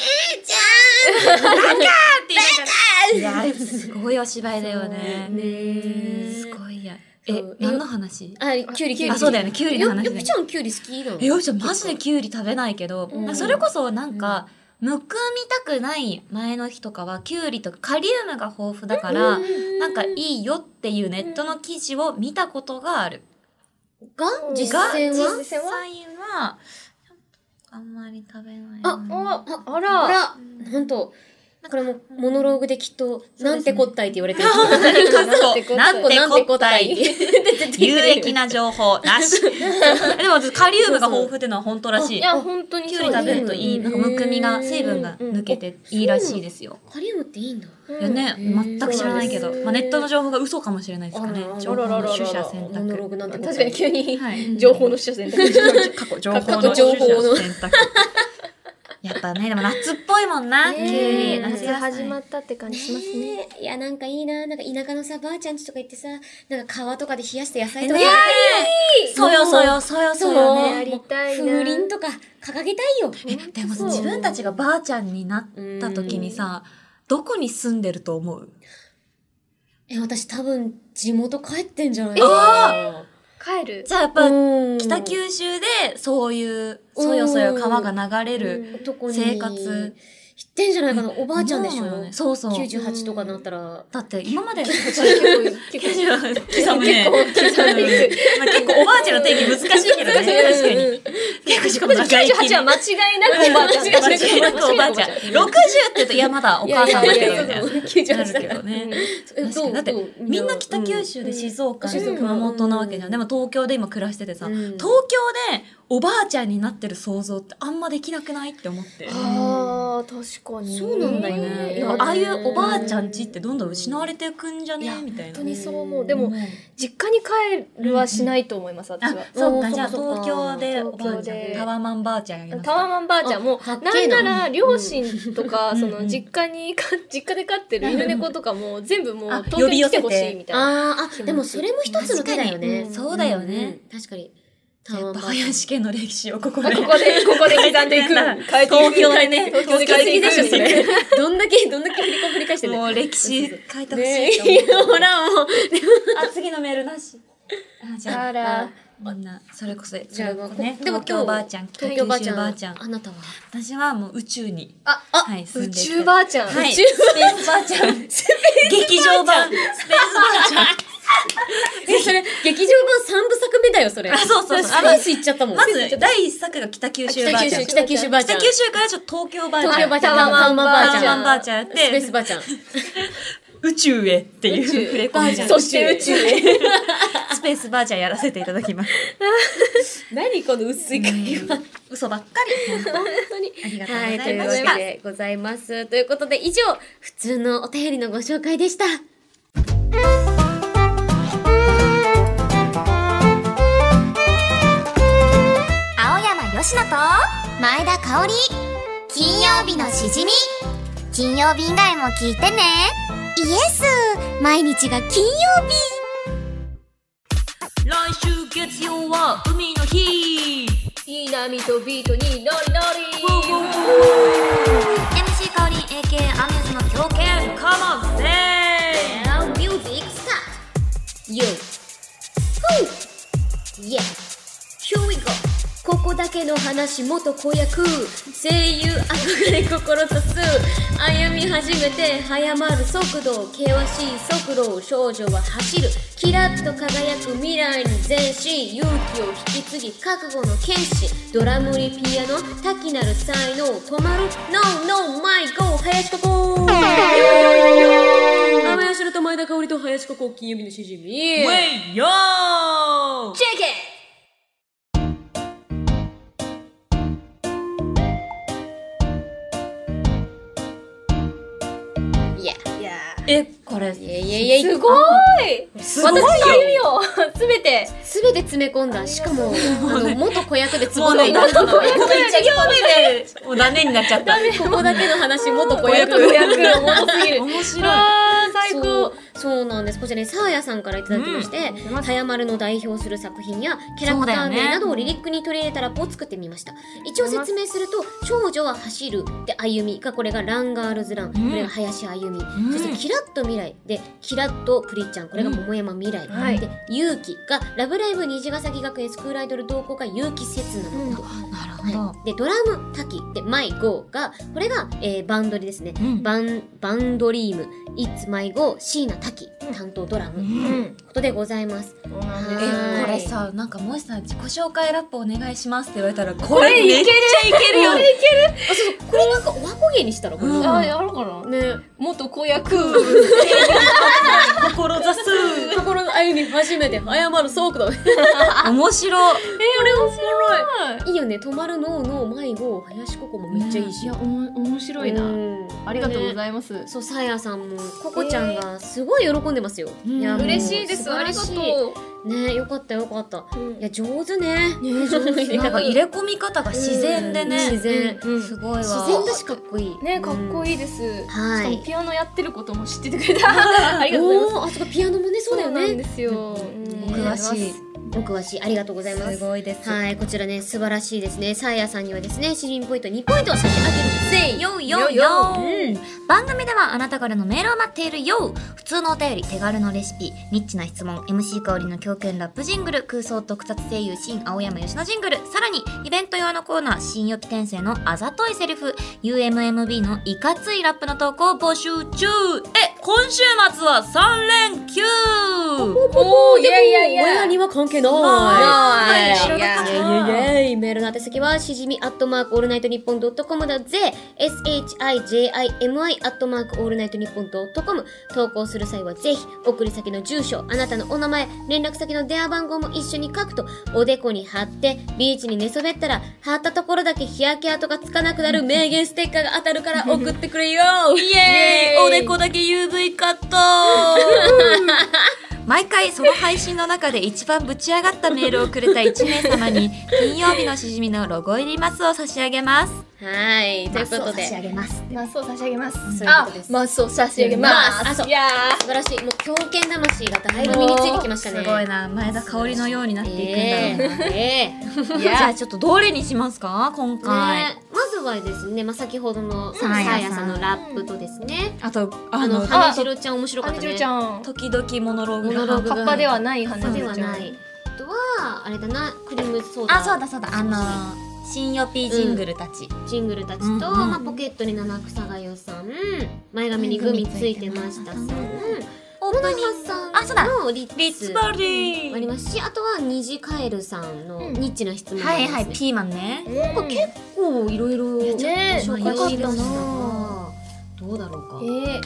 いや、すごいお芝居だよね。 ねすごいや。えそう、 何の話？ ゃん。あ、キュウリ、キュウリ。 あ、そうだよね。キュウリの話だよねよよぴちゃんキュウリ好きなのえ、よいしょ、マジでキュウリ食べないけど、 うんなんかそれこそなんか、むくみたくない前の日とかは、キュウリとかカリウムが豊富だから、なんかいいよっていうネットの記事を見たことがある。 が実が践は実際は実際は、あんまり食べない。 ああ、ああら。 ら、ほんと。 これもモノローグできっと、なんてこったいって言われてる。 なんてこなんてこったい。 有益な情報なし。でもカリウムが豊富っていうのは本当らしい。 いや、本当にキュウリ食べるといい、なんかむくみが、水分が抜けていいらしいですよ。 カリウムっていいんだ。 いやね、全く知らないけど、まあネットの情報が嘘かもしれないですかね。情報の取捨選モノローグなんて確かに急に択。 情報の取捨選択。 過去情過報の去情報の選択。やっぱね、でも夏っぽいもんな、キュウリ。 夏が始まったって感じしますね。 いや、なんかいいな。なんか田舎のさ、ばあちゃん家とか行ってさ、なんか川とかで冷やした野菜とか。 ねそうよそうよそうよそうよやね。 りたいな。 風鈴とか掲げたいよ。 でも自分たちがばあちゃんになった時にさ、どこに住んでると思う？ え、私多分地元帰ってんじゃないあ帰る。 じゃあやっぱ、 うん北九州でそういうそよそよ川が流れるとこに生活知ってんじゃないかな。おばあちゃんでしょ思うよね。そうそう。 きゅうじゅうはちとかなったら。 だって今まで結構、結構、 刻むね。 結構刻んでいく。 まあ結構おばあちゃんの定義難しいけどね。確かに。結構しかも長生き。 きゅうじゅうはちは間違いなくおばあちゃん。 間違いなくおばあちゃん。ろくじゅうって言うと、いやまだお母さんだけどみたいな。 きゅうじゅうはちなるけどね。確かにだってみんな北九州で静岡で熊本なわけじゃん。でも東京で今暮らしててさ、東京でおばあちゃんになってる想像ってあんまできなくないって思って。 ああ、確かに。 そうなんだよねね。ああいうおばあちゃん家ってどんどん失われていくんじゃねみたいな。 本当にそう思う。でも、実家に帰るはしないと思います、私は。 そうか、 うんじゃあそうか東京でおばあちゃん東京でタワマンばあちゃんやりますタワマンばあちゃんも、 あかっなんけえななら両親とか、 うんその実家にか、実家で飼ってる犬猫とかも全部もうあ東京に来てほしいみたいな。 あーあ、でもそれも一つの手だよね。 そうだよね。 うん。確かに。 やっぱ林家の歴史をここで。 ここで、ここで刻んでいく。 東京でね、 東京で好き変えていく。 でしょ、それ。どんだけ、どんだけ振り繰り返してんのもう歴史変えてほしねいと思う。 え、ほらもう。 あ、次のメールなし。あ、じゃあ、 あら。 みんな、それこそ、 じゃあそれこそね、 でも東京ばあちゃん、北九東京ばあちゃん。 州ばあちゃん。 あなたは私はもう宇宙に、 あ、 はい、住ん宇でて宙ばあちゃん。 はい、 宇スペースばあちゃん。劇場版、スペースばあちゃん。 え、それ、劇場版三部作目だよ、それ。 あ、そうそうそう。 スペース行っちゃったもん。 まず、第一作が北九州ばあちゃん。 北九州ばあちゃん。 北九州からちょっと東京ばあちゃん。 東京ばあちゃん。 タワマンばあちゃんタワマンタワマンばあちゃんやって、 スペースばあちゃん。 宇宙へっていう触れ込みじゃん。 そして宇宙へ。 スペースばあちゃんやらせていただきます。 何この薄い会話。 嘘ばっかり。本当に。ありがとうはい、というわございました。 けでございます。ということで、以上、普通のお便りのご紹介でした。 青山よしのと前田香織、金曜日のしじみ。金曜日以外も聞いてね。イエス、毎日が金曜日。 来週月曜は海の日。 いい波とビートにノリノリ。 エムシー 香り エーケー アミューズの狂犬カモンぜ Now music start! Yo! Woo! Yeah! Here we go! ここだけの話元子役声優憧れ心とす歩み始めて早まる速度険しい速度少女は走るキラッと輝く未来に前進勇気を引き継ぎ覚悟の剣士ドラムにピアノ多岐なる才能止まる No No My Go 林加子雨やしろと前田香織と林加子金曜日のしじみウェイヨー。 チェケいやいやえ、これ、 いやいやいやすごいすごいよ私の歩みをすべてすべて詰め込んだしかもあの元子役でつもうね、 ぼっていたこのいち行目で、もうダメになっちゃった。 ここだけの話元子役子役おもろすぎる面白い。 あー最そ高うそうなんです。こちらね、さあやさんからいただきまして、 うんたやまるの代表する作品やキャラクター名などをリリックに取り入れたラップを作ってみました。一応説明すると、少女は走るで歩みがこれがランガールズラン、これが林歩み、 んそしてキラッと未来でキラッとプリちゃん、これが桃山未来、 はいで勇気がラブライブ虹ヶ崎学園スクールアイドル同好会結城刹那のこと。 なるほど。 はい、でドラム滝でマイゴーがこれが、えーバンドリですね、 うんバンバンドリーム It's My Go 椎名滝担当ドラム、 うんことでございます。 そうなんですえはいこれさなんかもしさ自己紹介ラップお願いしますって言われたらこれめっちゃいけるよね。 あ、そうそう、これなんかおはこ芸にしたらこれ、 うんあ、やろうかな。 ね、 元子役。 志す心の歩み初めて謝るソークだね。 面白い。 これ面白い。いいよね。止まるのの迷子林ココもめっちゃいいし。 いや、おも面白いな。 うんありがとうごいざいます。 ます。そう、さやさんもココちゃんがすごい喜んでますよ。 うんいやもう嬉しいです。 素晴らしありがとい。ね、よかったよかった。いや上手ね。 ね上手なんか入れ込み方が自然でね。 うん自然うんすごいわ。 自然だしかっこいい。 ね、かっこいい。 いいです。 はいしかもピアノやってることも知っててくれた。ありがとうございます。 おー、あそこピアノもね、そうだよそうなんね。 ですよ。 うんうん詳しい。 お詳しい。ありがとうございますす。ごいです。 はい、こちらね、素晴らしいですね。さやさんにはですね、シリンポイントにポイントを差し上げるぜ。 よよよよ番組ではあなたからのメールを待っているよ。普通のお便り、手軽のレシピ、ニッチな質問、エムシー 香りの狂犬ラップジングル、空想特撮声優新青山吉野ジングル、さらにイベント用のコーナー、新予期転生のあざといセリフ、ユーエムエムビー のいかついラップの投稿を募集中。え、今週末はさん連休。 おー、いやいやいや。 親には関係ない。 はいい知らなかったイエイイエイイメールの宛先はしじみアットマークオールナイトニッポンドットコムだぜ。 エスエイチアイジェイアイエムアイ アットマークオールナイトニッポンドットコム。投稿する際はぜひ送り先の住所、あなたのお名前、連絡先の電話番号も一緒に書くとおでこに貼って、ビーチに寝そべったら貼ったところだけ日焼け跡がつかなくなる名言ステッカーが当たるから送ってくれよ。 イエーイおでこだけ ユーブイ カット毎回その配信の中で一番ぶち上がったメールをくれたいち名様に金曜日のしじみのロゴ入りマスを差し上げます。 はい、ということで。 マスを差し上げます。 マスを差し上げます。 そういうことですマスを差し上げます。 あ、そう。 いや素晴らしい。もう狂犬魂がだいぶ身についてきましたね。 すごいな、前田香織のようになっていくんだろうな。 ええー。いじゃあやちょっとどれにしますか今回。 ね、まずはですね、まあ、先ほどのささやさんやさんのラップとですね、 あと、 あの、 あの、 羽白ちゃん面白かあったね。 ねじろちゃん。 時々モノローグが。 モノローグカッパではない羽そうでじろちゃん。 はない。あとは、あれだな、クリームソーダ。 あ、そうだそうだ、あの、新予備ジングルたち。 ジングルたちと、 うんうんまあ、ポケットに七草がゆさん、前髪にグミついてましたさん、 オモナープニング。 ハあ、そうだ。 さんのリッツリッツバディありますし、あとは虹カエルさんのニッチな質問があはいはい、 りますね。 ピーマンね。 なんか結構いろいろね紹介してましたよが、どうだろうか。 えー。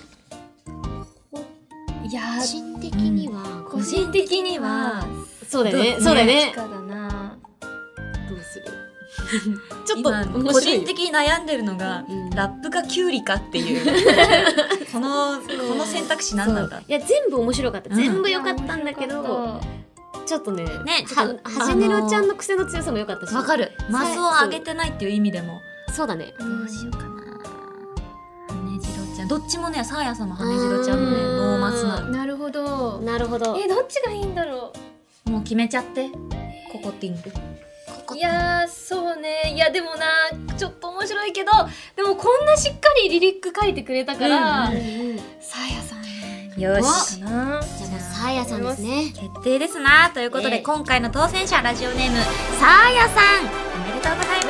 いや個人的には、 個人的には、 そうだよね、 どそうだよね。 確かだな。 どうするちょっと今面白い個人的に悩んでるのが、 うんラップがキュウリかっていうこのこの選択肢何なんだ。 いや、全部面白かった。 うん全部良かったんだけど、ちょっとね、 ねちょっとははじねろちゃんの癖の強さも良かったし。 わかる。マスを上げてないっていう意味でも。 そうだね。 どうしようかな。羽じろちゃん。どっちもね、サーヤさんも羽じろちゃんもね、 うんノーマスなの。 なるほど。 なるほど。 え、どっちがいいんだろもう決めちゃって。ココティング。 う。いやー、そうね。いや、でもな、ちょっと面白いけど、でもこんなしっかりリリック書いてくれたから、 うんうんさやさんよし。 かな。 じゃあもうサーヤさんですね。 決定ですな。ということで、 ええ今回の当選者ラジオネーム、サーヤさん。おめでとうござい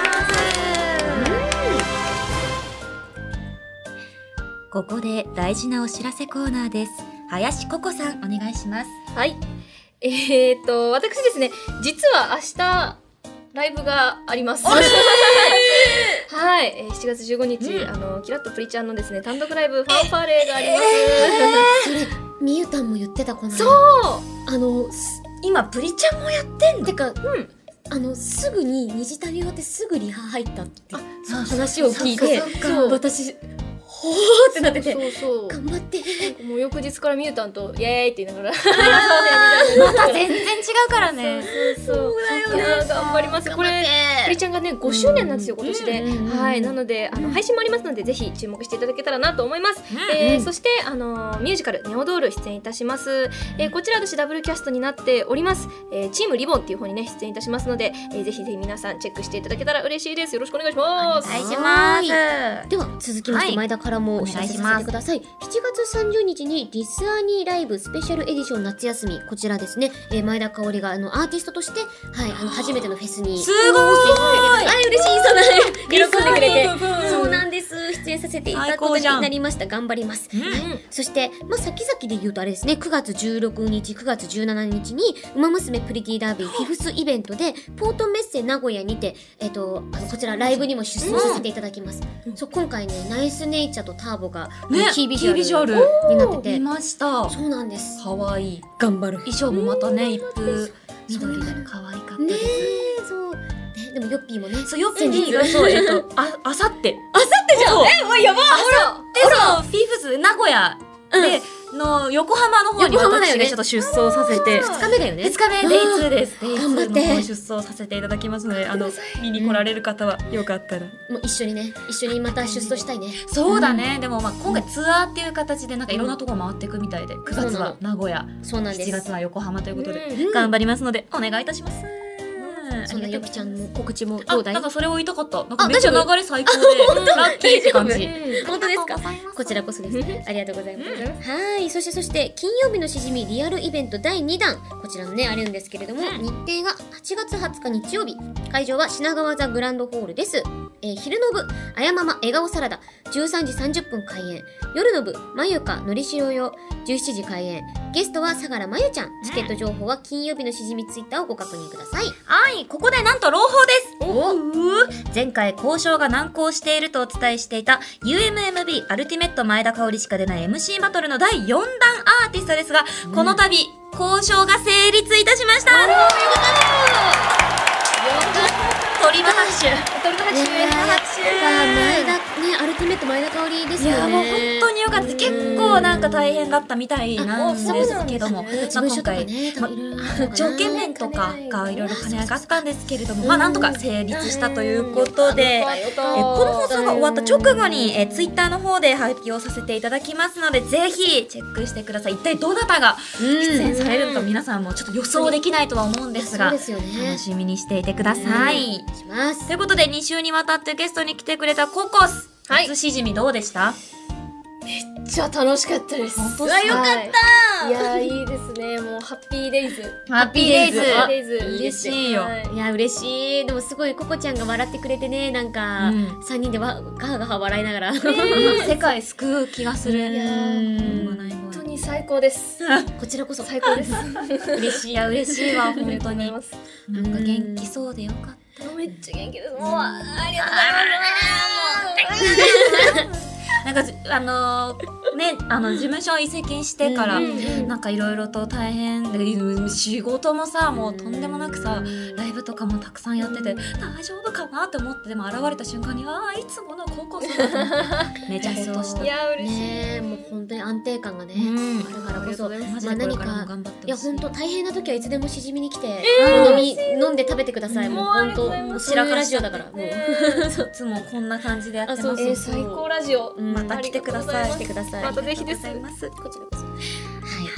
ます。ここで大事なお知らせコーナーです。林ココさん、お願いします。 はい。えーっと、私ですね、実は明日、ライブがあります。はい、えーしちがつじゅうごにち、 うんあの、キラッとプリちゃんのですね、単独ライブ、ファンファーレがあります。 それ、みゆたんも言ってたこの間。 そうあの、す今、プリちゃんもやってんのてか、 うん。 あの、すぐに虹旅終わってすぐリハ入ったってそう話を聞いて、 そっかそっかそう私、ほーってなってて、 そうそう。 頑張って。 もう翌日からミュータンと、イエーイって言いながら。 また全然違うからね。 そうそう。いやー頑張ります。これ、プリちゃんがね、ごしゅうねんなんですよ、今年で。 うんうんうんはい。なので、あの、配信もありますので、ぜひ注目していただけたらなと思います。 うんえーそして、あのーミュージカル、ネオドール出演いたします。えーこちら私ダブルキャストになっております。えーチームリボンっていう方にね、出演いたしますので、えーぜひぜひ皆さんチェックしていただけたら嬉しいです。よろしくお願いします。 お願いします。 では続きまして、 はい前田からもお知らせさせてください。しちがつさんじゅうにちにリスアニーライブスペシャルエディション夏休み、こちらですね、えー前田香織があのアーティストとして、はい、あの初めてのフェスにすごーいあ、嬉しい、そんな喜んでくれてリスアニーの分そうなんです、出験させていただくことになりました。頑張ります。 うんはい、そして、まあ、先々で言うとあれですね、くがつじゅうろくにち、くがつじゅうしちにちに、ウマ娘プリティダービーフィフスイベントで、ポートメッセ名古屋にて、えっと、あのこちらライブにも出走させていただきます。うん、そう、今回ね、ナイスネイチャーとターボが、 ね、 キービジュキービジュアルアルになってて。 見ました。 そうなんです。 かわいい。 頑張る。 衣装もまたね、一風緑でかわいかったねです。 え、そう。ね、でもヨッピーもね。 そう、ヨッピーがそう、えっと、あ、あさって。 あさってじゃん。え、もうやばい。 あさって、そう、フィフス、名古屋で、の、横浜の方に私がちょっと出走させて。 ふつかめだよね。 ふつかめ、デイツーです。デイツ頑張ってーの方出走させていただきますので、あの、見に来られる方は、よかったら。 もう一緒にね、一緒にまた出走したいね。 そうだね。でもまあ、今回ツアーっていう形で、なんかいろんなとこ回っていくみたいで、くがつは名古屋、 そうなんです。 しちがつは横浜ということで、 うん頑張りますので、お願いいたします。 そんなヨピちゃんの告知もあ、 どうだい？ なんかそれを言いたかった。なんかめっちゃ流れ最高で、ラッキーって感じ。 本当ですか？こちらこそです。ありがとうございます。はい。そしてそして金曜日のしじみリアルイベントだいにだん、こちらもねあるんですけれども、日程がはちがつはつか日曜日、会場は品川ザグランドホールです。えー、昼の部あやまま笑顔サラダじゅうさんじさんじゅっぷん開演、夜の部まゆかのりしろよじゅうしちじ開演、ゲストは相良まゆちゃん。チケット情報は金曜日のしじみツイッターをご確認ください。 はい、ここでなんと朗報です。お前回交渉が難航しているとお伝えしていた ユーエムエムビー アルティメット前田香織しか出ない エムシー バトルのだいよんだんアーティストですが、うん、この度交渉が成立いたしました。よかった鳥の拍手鳥の拍手拍手前田ね、アルティメット前田香織ですよね。 いやもう本当によかった。結構なんか大変だったみたいなんですけども、まあ今回条件面とかがいろいろ兼ね上がったんですけれども、まあなんとか成立したということで、えこの放送が終わった直後にえツイッターの方で発表させていただきますので、ぜひチェックしてください。一体どなたが出演されるのか皆さんもちょっと予想できないとは思うんですが、楽しみにしていてください。ということでに週にわたってゲストに来てくれたココス、 はい、 初しじみどうでした？ めっちゃ楽しかったです。 本当ですか？ よかった。いやいいですね。もうハッピーデイズ。 ハッピーデイズ。 ハッピーデイズ。 嬉しいよ。 はい、いや嬉しい。でもすごいココちゃんが笑ってくれてね、なんか、うん、さんにんでわガハガハ笑いながら、えー、世界救う気がする。 いや本当に最高です。 こちらこそ最高です。 嬉しい。いや嬉しいわ本当に。なんか元気そうでよかった。 めっちゃ元気です。もうありがとうございます。 なんかあのー、ねあの事務所移籍してから、うんうん、なんかいろいろと大変で、仕事もさもうとんでもなくさ、ライブとかもたくさんやってて、大丈夫かなって思って、でも現れた瞬間にああいつもの高校生だと思ってめちゃほっとした。 いや嬉しいね。もう本当に安定感がね、うん、あるからこそ、まあ何かいや本当大変な時はいつでもしじみに来て、えー、飲み飲んで食べてください。もう本当もうそういうラジオだから、もう、えー、 いつもこんな感じでやってます。 そうそう、えー、最高ラジオ。 また来てください。 来てください。 またぜひです。 こちらこそ。 はい、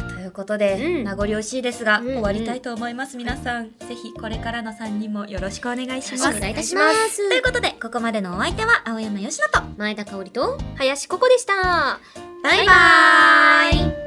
ということで、うん、名残惜しいですが、 うん、 終わりたいと思います。皆さん、ぜひこれからのさんにんもよろしくお願いします。 お願いいたします。 ということで、ここまでのお相手は青山佳乃と前田香織と林ココでした。 バイバーイ。